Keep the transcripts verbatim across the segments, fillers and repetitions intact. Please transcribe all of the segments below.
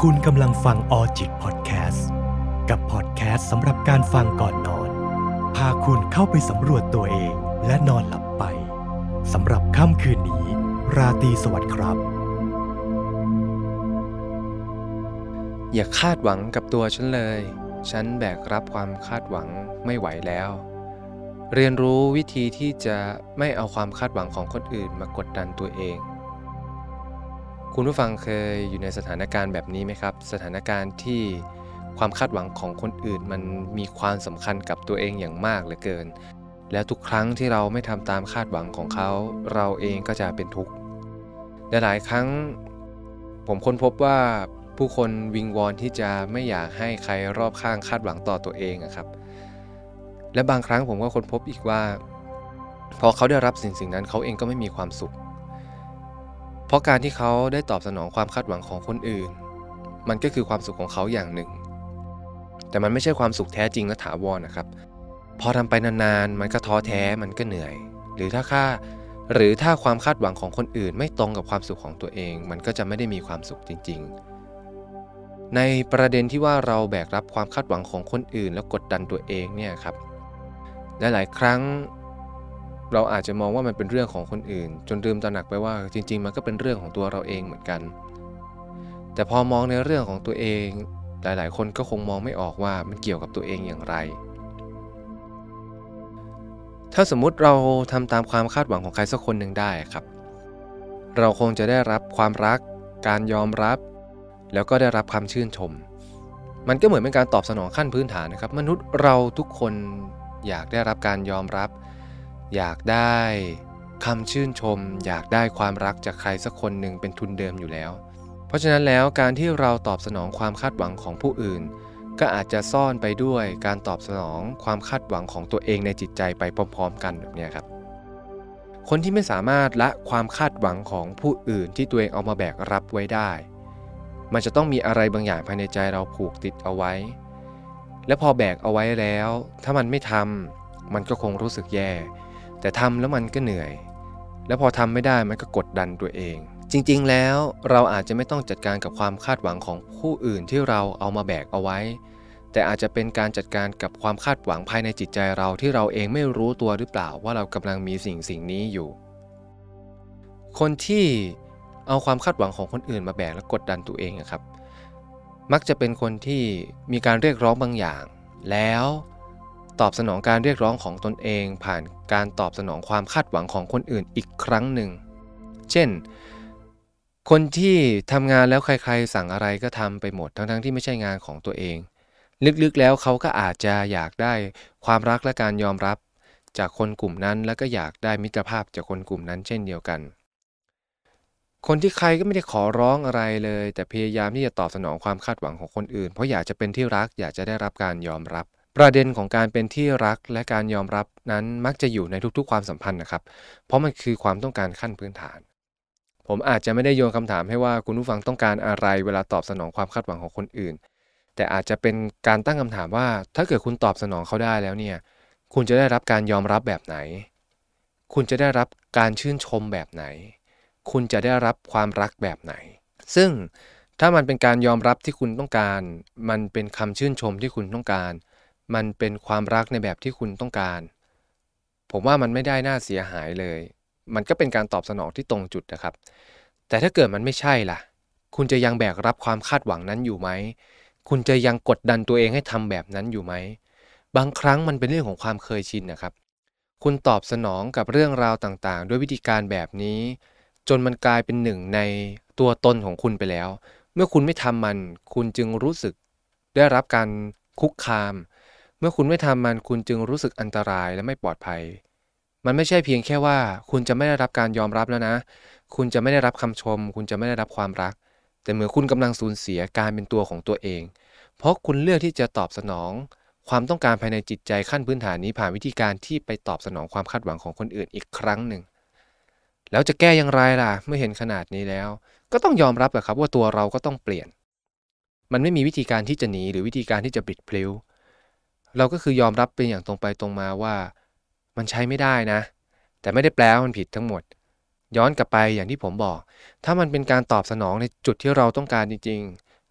คุณกำลังฟังออจิตพอดแคสต์กับพอดแคสต์สำหรับการฟังก่อนนอนพาคุณเข้าไปสำรวจตัวเองและนอนหลับไปสำหรับค่ำคืนนี้ราตรีสวัสดิ์ครับอย่าคาดหวังกับตัวฉันเลยฉันแบกรับความคาดหวังไม่ไหวแล้วเรียนรู้วิธีที่จะไม่เอาความคาดหวังของคนอื่นมากดดันตัวเองคุณผู้ฟังเคยอยู่ในสถานการณ์แบบนี้ไหมครับสถานการณ์ที่ความคาดหวังของคนอื่นมันมีความสำคัญกับตัวเองอย่างมากเหลือเกินแล้วทุกครั้งที่เราไม่ทำตามคาดหวังของเขาเราเองก็จะเป็นทุกข์และหลายครั้งผมค้นพบว่าผู้คนวิงวอนที่จะไม่อยากให้ใครรอบข้างคาดหวังต่อตัวเองครับและบางครั้งผมก็ค้นพบอีกว่าพอเขาได้รับสิ่งสิ่งนั้นเขาเองก็ไม่มีความสุขเพราะการที่เขาได้ตอบสนองความคาดหวังของคนอื่นมันก็คือความสุขของเขาอย่างหนึ่งแต่มันไม่ใช่ความสุขแท้จริงและถาวรนะครับพอทำไปนานๆมันก็ท้อแท้มันก็เหนื่อยหรือถ้าค่าหรือถ้าความคาดหวังของคนอื่นไม่ตรงกับความสุขของตัวเองมันก็จะไม่ได้มีความสุขจริงๆในประเด็นที่ว่าเราแบกรับความคาดหวังของคนอื่นแล้วกดดันตัวเองเนี่ยครับหลายๆครั้งเราอาจจะมองว่ามันเป็นเรื่องของคนอื่นจนลืมตระหนักไปว่าจริงๆมันก็เป็นเรื่องของตัวเราเองเหมือนกันแต่พอมองในเรื่องของตัวเองหลายๆคนก็คงมองไม่ออกว่ามันเกี่ยวกับตัวเองอย่างไรถ้าสมมุติเราทำตามความคาดหวังของใครสักคนหนึ่งได้ครับเราคงจะได้รับความรักการยอมรับแล้วก็ได้รับคำชื่นชมมันก็เหมือนเป็นการตอบสนองขั้นพื้นฐานนะครับมนุษย์เราทุกคนอยากได้รับการยอมรับอยากได้คำชื่นชมอยากได้ความรักจากใครสักคนหนึ่งเป็นทุนเดิมอยู่แล้วเพราะฉะนั้นแล้วการที่เราตอบสนองความคาดหวังของผู้อื่นก็อาจจะซ่อนไปด้วยการตอบสนองความคาดหวังของตัวเองในจิตใจไปพร้อมๆกันแบบนี้ครับคนที่ไม่สามารถละความคาดหวังของผู้อื่นที่ตัวเองเอามาแบกรับไว้ได้มันจะต้องมีอะไรบางอย่างภายในใจเราผูกติดเอาไว้และพอแบกเอาไว้แล้วถ้ามันไม่ทำมันก็คงรู้สึกแย่แต่ทำแล้วมันก็เหนื่อยแล้วพอทำไม่ได้มันก็กดดันตัวเองจริงๆแล้วเราอาจจะไม่ต้องจัดการกับความคาดหวังของผู้อื่นที่เราเอามาแบกเอาไว้แต่อาจจะเป็นการจัดการกับความคาดหวังภายในจิตใจเราที่เราเองไม่รู้ตัวหรือเปล่าว่าเรากำลังมีสิ่งสิ่งนี้อยู่คนที่เอาความคาดหวังของคนอื่นมาแบกและกดดันตัวเองครับมักจะเป็นคนที่มีการเรียกร้องบางอย่างแล้วตอบสนองการเรียกร้องของตนเองผ่านการตอบสนองความคาดหวังของคนอื่นอีกครั้งหนึ่งเช่นคนที่ทำงานแล้วใครๆสั่งอะไรก็ทำไปหมดทั้งๆที่ไม่ใช่งานของตัวเองลึกๆแล้วเขาก็อาจจะอยากได้ความรักและการยอมรับจากคนกลุ่มนั้นแล้วก็อยากได้มิตรภาพจากคนกลุ่มนั้นเช่นเดียวกันคนที่ใครก็ไม่ได้ขอร้องอะไรเลยแต่พยายามที่จะตอบสนองความคาดหวังของคนอื่นเพราะอยากจะเป็นที่รักอยากจะได้รับการยอมรับประเด็นของการเป็นที่รักและการยอมรับนั้นมักจะอยู่ในทุกๆความสัมพันธ์นะครับเพราะมันคือความต้องการขั้นพื้นฐานผมอาจจะไม่ได้โยนคำถามให้ว่าคุณผู้ฟังต้องการอะไรเวลาตอบสนองความคาดหวังของคนอื่นแต่อาจจะเป็นการตั้งคำถามว่าถ้าเกิดคุณตอบสนองเขาได้แล้วเนี่ยคุณจะได้รับการยอมรับแบบไหนคุณจะได้รับการชื่นชมแบบไหนคุณจะได้รับความรักแบบไหนซึ่งถ้ามันเป็นการยอมรับที่คุณต้องการมันเป็นคำชื่นชมที่คุณต้องการมันเป็นความรักในแบบที่คุณต้องการผมว่ามันไม่ได้น่าเสียหายเลยมันก็เป็นการตอบสนองที่ตรงจุดนะครับแต่ถ้าเกิดมันไม่ใช่ล่ะคุณจะยังแบกรับความคาดหวังนั้นอยู่ไหมคุณจะยังกดดันตัวเองให้ทำแบบนั้นอยู่ไหมบางครั้งมันเป็นเรื่องของความเคยชินนะครับคุณตอบสนองกับเรื่องราวต่างๆด้วยวิธีการแบบนี้จนมันกลายเป็นหนึ่งในตัวตนของคุณไปแล้วเมื่อคุณไม่ทำมันคุณจึงรู้สึกได้รับการคุกคามเมื่อคุณไม่ทำมันคุณจึงรู้สึกอันตรายและไม่ปลอดภัยมันไม่ใช่เพียงแค่ว่าคุณจะไม่ได้รับการยอมรับแล้วนะคุณจะไม่ได้รับคำชมคุณจะไม่ได้รับความรักแต่เหมือนคุณกำลังสูญเสียการเป็นตัวของตัวเองเพราะคุณเลือกที่จะตอบสนองความต้องการภายในจิตใจขั้นพื้นฐานนี้ผ่านวิธีการที่ไปตอบสนองความคาดหวังของคนอื่นอีกครั้งหนึ่งแล้วจะแก้อย่างไรล่ะเมื่อเห็นขนาดนี้แล้วก็ต้องยอมรับแหละครับว่าตัวเราก็ต้องเปลี่ยนมันไม่มีวิธีการที่จะหนีหรือวิธีการที่จะบิดพลิ้วเราก็คือยอมรับเป็นอย่างตรงไปตรงมาว่ามันใช้ไม่ได้นะแต่ไม่ได้แปลว่ามันผิดทั้งหมดย้อนกลับไปอย่างที่ผมบอกถ้ามันเป็นการตอบสนองในจุดที่เราต้องการจริง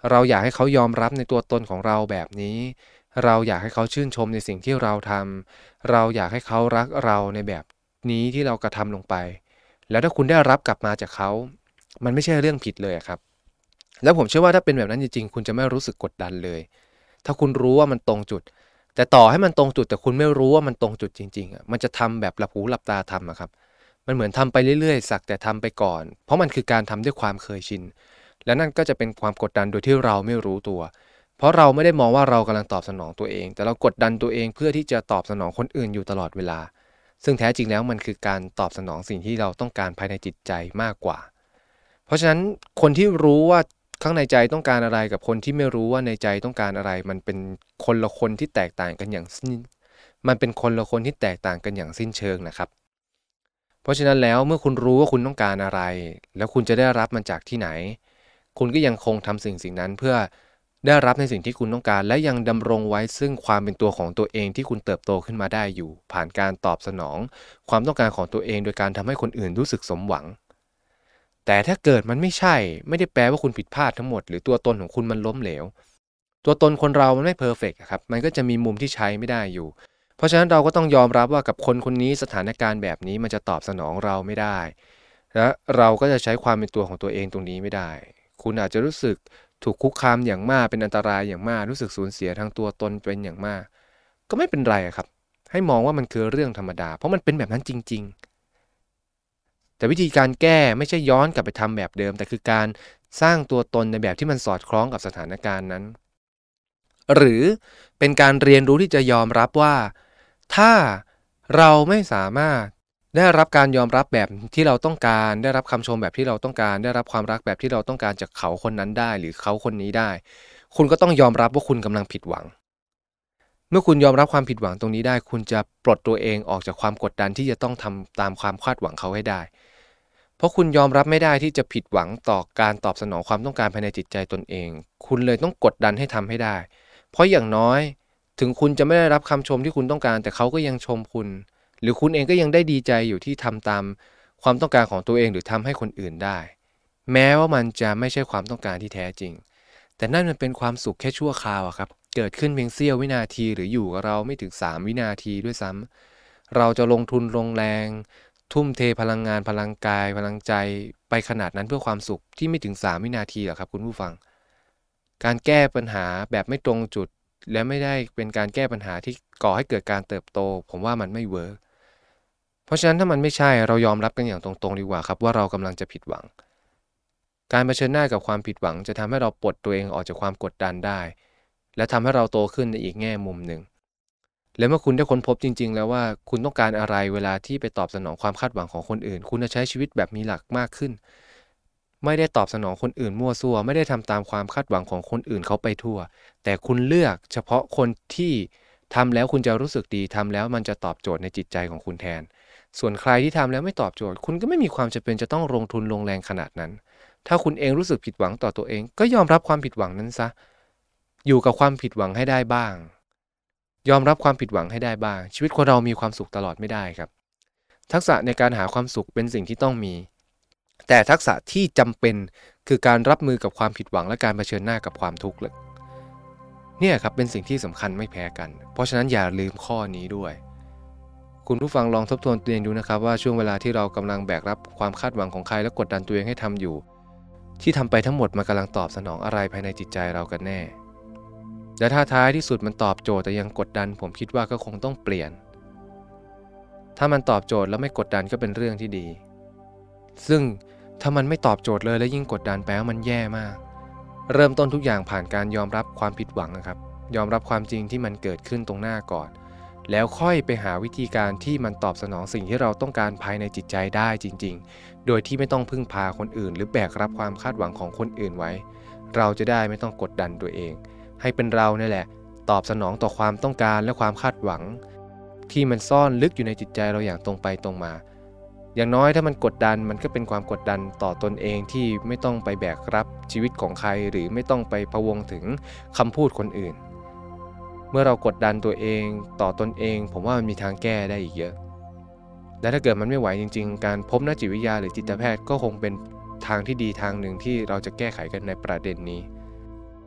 เราอยากให้เขายอมรับในตัวตนของเราแบบนี้เราอยากให้เขาชื่นชมในสิ่งที่เราทำเราอยากให้เขารักเราในแบบนี้ที่เรากระทำลงไปแล้วถ้าคุณได้รับกลับมาจากเขามันไม่ใช่เรื่องผิดเลยครับแล้วผมเชื่อว่าถ้าเป็นแบบนั้นจริงๆคุณจะไม่รู้สึกกดดันเลยถ้าคุณรู้ว่ามันตรงจุดแต่ต่อให้มันตรงจุดแต่คุณไม่รู้ว่ามันตรงจุดจริงๆอ่ะมันจะทำแบบหลับหูหลับตาทำอะครับมันเหมือนทำไปเรื่อยๆสักแต่ทำไปก่อนเพราะมันคือการทำด้วยความเคยชินและนั่นก็จะเป็นความกดดันโดยที่เราไม่รู้ตัวเพราะเราไม่ได้มองว่าเรากำลังตอบสนองตัวเองแต่เรากดดันตัวเองเพื่อที่จะตอบสนองคนอื่นอยู่ตลอดเวลาซึ่งแท้จริงแล้วมันคือการตอบสนองสิ่งที่เราต้องการภายในจิตใจมากกว่าเพราะฉะนั้นคนที่รู้ว่าข้างในใจต้องการอะไรกับคนที่ไม่รู้ว่าในใจต้องการอะไรมันเป็นคนละคนที่แตกต่างกันอย่างสิ้นมันเป็นคนละคนที่แตกต่างกันอย่างสิ้นเชิงนะครับเพราะฉะนั้นแล้วเมื่อคุณรู้ว่าคุณต้องการอะไรแล้วคุณจะได้รับมันจากที่ไหนคุณก็ยังคงทำสิ่งสิ่งนั้นเพื่อได้รับในสิ่งที่คุณต้องการและยังดำรงไว้ซึ่งความเป็นตัวของตัวเองที่คุณเติบโตขึ้นมาได้อยู่ผ่านการตอบสนองความต้องการของตัวเองโดยการทำให้คนอื่นรู้สึกสมหวังแต่ถ้าเกิดมันไม่ใช่ไม่ได้แปลว่าคุณผิดพลาดทั้งหมดหรือตัวตนของคุณมันล้มเหลวตัวตนคนเรามันไม่เพอร์เฟกต์ครับมันก็จะมีมุมที่ใช้ไม่ได้อยู่เพราะฉะนั้นเราก็ต้องยอมรับว่ากับคนคนนี้สถานการณ์แบบนี้มันจะตอบสนองเราไม่ได้และเราก็จะใช้ความเป็นตัวของตัวเองตรงนี้ไม่ได้คุณอาจจะรู้สึกถูกคุกคามอย่างมากเป็นอันตรายอย่างมากรู้สึกสูญเสียทางตัวตนเป็นอย่างมากก็ไม่เป็นไรครับให้มองว่ามันคือเรื่องธรรมดาเพราะมันเป็นแบบนั้นจริงๆแต่วิธีการแก้ไม่ใช่ย้อนกลับไปทำแบบเดิมแต่คือการสร้างตัวตนในแบบที่มันสอดคล้องกับสถานการณ์นั้นหรือเป็นการเรียนรู้ที่จะยอมรับว่าถ้าเราไม่สามารถได้รับการยอมรับแบบที่เราต้องการได้รับคำชมแบบที่เราต้องการได้รับความรักแบบที่เราต้องการจากเขาคนนั้นได้หรือเขาคนนี้ได้คุณก็ต้องยอมรับว่าคุณกำลังผิดหวังเมื่อคุณยอมรับความผิดหวังตรงนี้ได้คุณจะปลดตัวเองออกจากความกดดันที่จะต้องทำตามความคาดหวังเขาให้ได้เพราะคุณยอมรับไม่ได้ที่จะผิดหวังต่อการตอบสนองความต้องการภายในจิตใจตนเองคุณเลยต้องกดดันให้ทำให้ได้เพราะอย่างน้อยถึงคุณจะไม่ได้รับคำชมที่คุณต้องการแต่เขาก็ยังชมคุณหรือคุณเองก็ยังได้ดีใจอยู่ที่ทำตามความต้องการของตัวเองหรือทำให้คนอื่นได้แม้ว่ามันจะไม่ใช่ความต้องการที่แท้จริงแต่นั่นมันเป็นความสุขแค่ชั่วคราวอะครับเกิดขึ้นเพียงเสี้ยววินาทีหรืออยู่กับเราไม่ถึงสามวินาทีด้วยซ้ำเราจะลงทุนลงแรงทุ่มเทพลังงานพลังกายพลังใจไปขนาดนั้นเพื่อความสุขที่ไม่ถึงสามวินาทีหรอกครับคุณผู้ฟังการแก้ปัญหาแบบไม่ตรงจุดและไม่ได้เป็นการแก้ปัญหาที่ก่อให้เกิดการเติบโตผมว่ามันไม่เวิร์กเพราะฉะนั้นถ้ามันไม่ใช่เรายอมรับกันอย่างตรงๆดีกว่าครับว่าเรากำลังจะผิดหวังการเผชิญหน้ากับความผิดหวังจะทำให้เราปลดตัวเองออกจากความกดดันได้และทำให้เราโตขึ้นในอีกแง่มุมหนึ่งและเมื่อคุณได้ค้นพบจริงๆแล้วว่าคุณต้องการอะไรเวลาที่ไปตอบสนองความคาดหวังของคนอื่นคุณจะใช้ชีวิตแบบมีหลักมากขึ้นไม่ได้ตอบสนองคนอื่นมั่วซั่วไม่ได้ทำตามความคาดหวังของคนอื่นเขาไปทั่วแต่คุณเลือกเฉพาะคนที่ทำแล้วคุณจะรู้สึกดีทำแล้วมันจะตอบโจทย์ในจิตใจของคุณแทนส่วนใครที่ทำแล้วไม่ตอบโจทย์คุณก็ไม่มีความจำเป็นจะต้องลงทุนลงแรงขนาดนั้นถ้าคุณเองรู้สึกผิดหวังต่อตัวเองก็ยอมรับความผิดหวังนั้นซะอยู่กับความผิดหวังให้ได้บ้างยอมรับความผิดหวังให้ได้บ้างชีวิตคนเรามีความสุขตลอดไม่ได้ครับทักษะในการหาความสุขเป็นสิ่งที่ต้องมีแต่ทักษะที่จำเป็นคือการรับมือกับความผิดหวังและการเผชิญหน้ากับความทุกข์เลยเนี่ยครับเป็นสิ่งที่สำคัญไม่แพ้กันเพราะฉะนั้นอย่าลืมข้อนี้ด้วยคุณผู้ฟังลองทบทวนตัวเองดูนะครับว่าช่วงเวลาที่เรากำลังแบกรับความคาดหวังของใครและกดดันตัวเองให้ทำอยู่ที่ทำไปทั้งหมดมันกำลังตอบสนองอะไรภายในจิตใจเรากันแน่และถ้าท้ายที่สุดมันตอบโจทย์แต่ยังกดดันผมคิดว่าก็คงต้องเปลี่ยนถ้ามันตอบโจทย์แล้วไม่กดดันก็เป็นเรื่องที่ดีซึ่งถ้ามันไม่ตอบโจทย์เลยและยิ่งกดดันแปลว่ามันแย่มากเริ่มต้นทุกอย่างผ่านการยอมรับความผิดหวังนะครับยอมรับความจริงที่มันเกิดขึ้นตรงหน้าก่อนแล้วค่อยไปหาวิธีการที่มันตอบสนองสิ่งที่เราต้องการภายในจิตใจได้จริงๆโดยที่ไม่ต้องพึ่งพาคนอื่นหรือแบกรับความคาดหวังของคนอื่นไว้เราจะได้ไม่ต้องกดดันตัวเองให้เป็นเราเนี่ยแหละตอบสนองต่อความต้องการและความคาดหวังที่มันซ่อนลึกอยู่ในจิตใจเราอย่างตรงไปตรงมาอย่างน้อยถ้ามันกดดันมันก็เป็นความกดดันต่อตนเองที่ไม่ต้องไปแบกรับชีวิตของใครหรือไม่ต้องไปพะวงถึงคำพูดคนอื่นเมื่อเรากดดันตัวเองต่อตนเองผมว่ามันมีทางแก้ได้อีกเยอะและถ้าเกิดมันไม่ไหวจริงๆการพบนักจิตวิทยาหรือจิตแพทย์ก็คงเป็นทางที่ดีทางหนึ่งที่เราจะแก้ไขกันในประเด็นนี้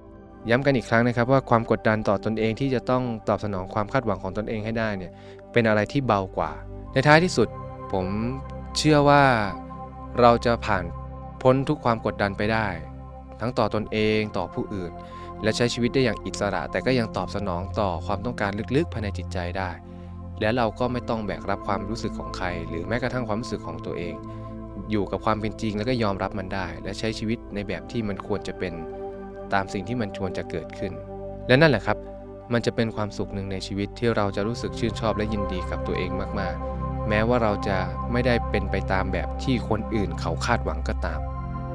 ย้ำกันอีกครั้งนะครับว่าความกดดันต่อตนเองที่จะต้องตอบสนองความคาดหวังของตนเองให้ได้เนี่ยเป็นอะไรที่เบากว่าในท้ายที่สุดผมเชื่อว่าเราจะผ่านพ้นทุกความกดดันไปได้ทั้งต่อตนเองต่อผู้อื่นและใช้ชีวิตได้อย่างอิสระแต่ก็ยังตอบสนองต่อความต้องการลึกๆภายในจิตใจได้และเราก็ไม่ต้องแบกรับความรู้สึกของใครหรือแม้กระทั่งความรู้สึกของตัวเองอยู่กับความเป็นจริงแล้วก็ยอมรับมันได้และใช้ชีวิตในแบบที่มันควรจะเป็นตามสิ่งที่มันควรจะเกิดขึ้นและนั่นแหละครับมันจะเป็นความสุขหนึ่งในชีวิตที่เราจะรู้สึกชื่นชอบและยินดีกับตัวเองมากๆแม้ว่าเราจะไม่ได้เป็นไปตามแบบที่คนอื่นเขาคาดหวังก็ตาม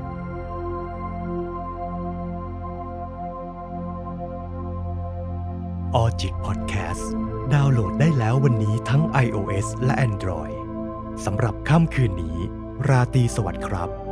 ออจิตพอดแคสต์ดาวน์โหลดได้แล้ววันนี้ทั้ง iOS และ Android สำหรับค่ำคืนนี้ราตรีสวัสดิ์ครับ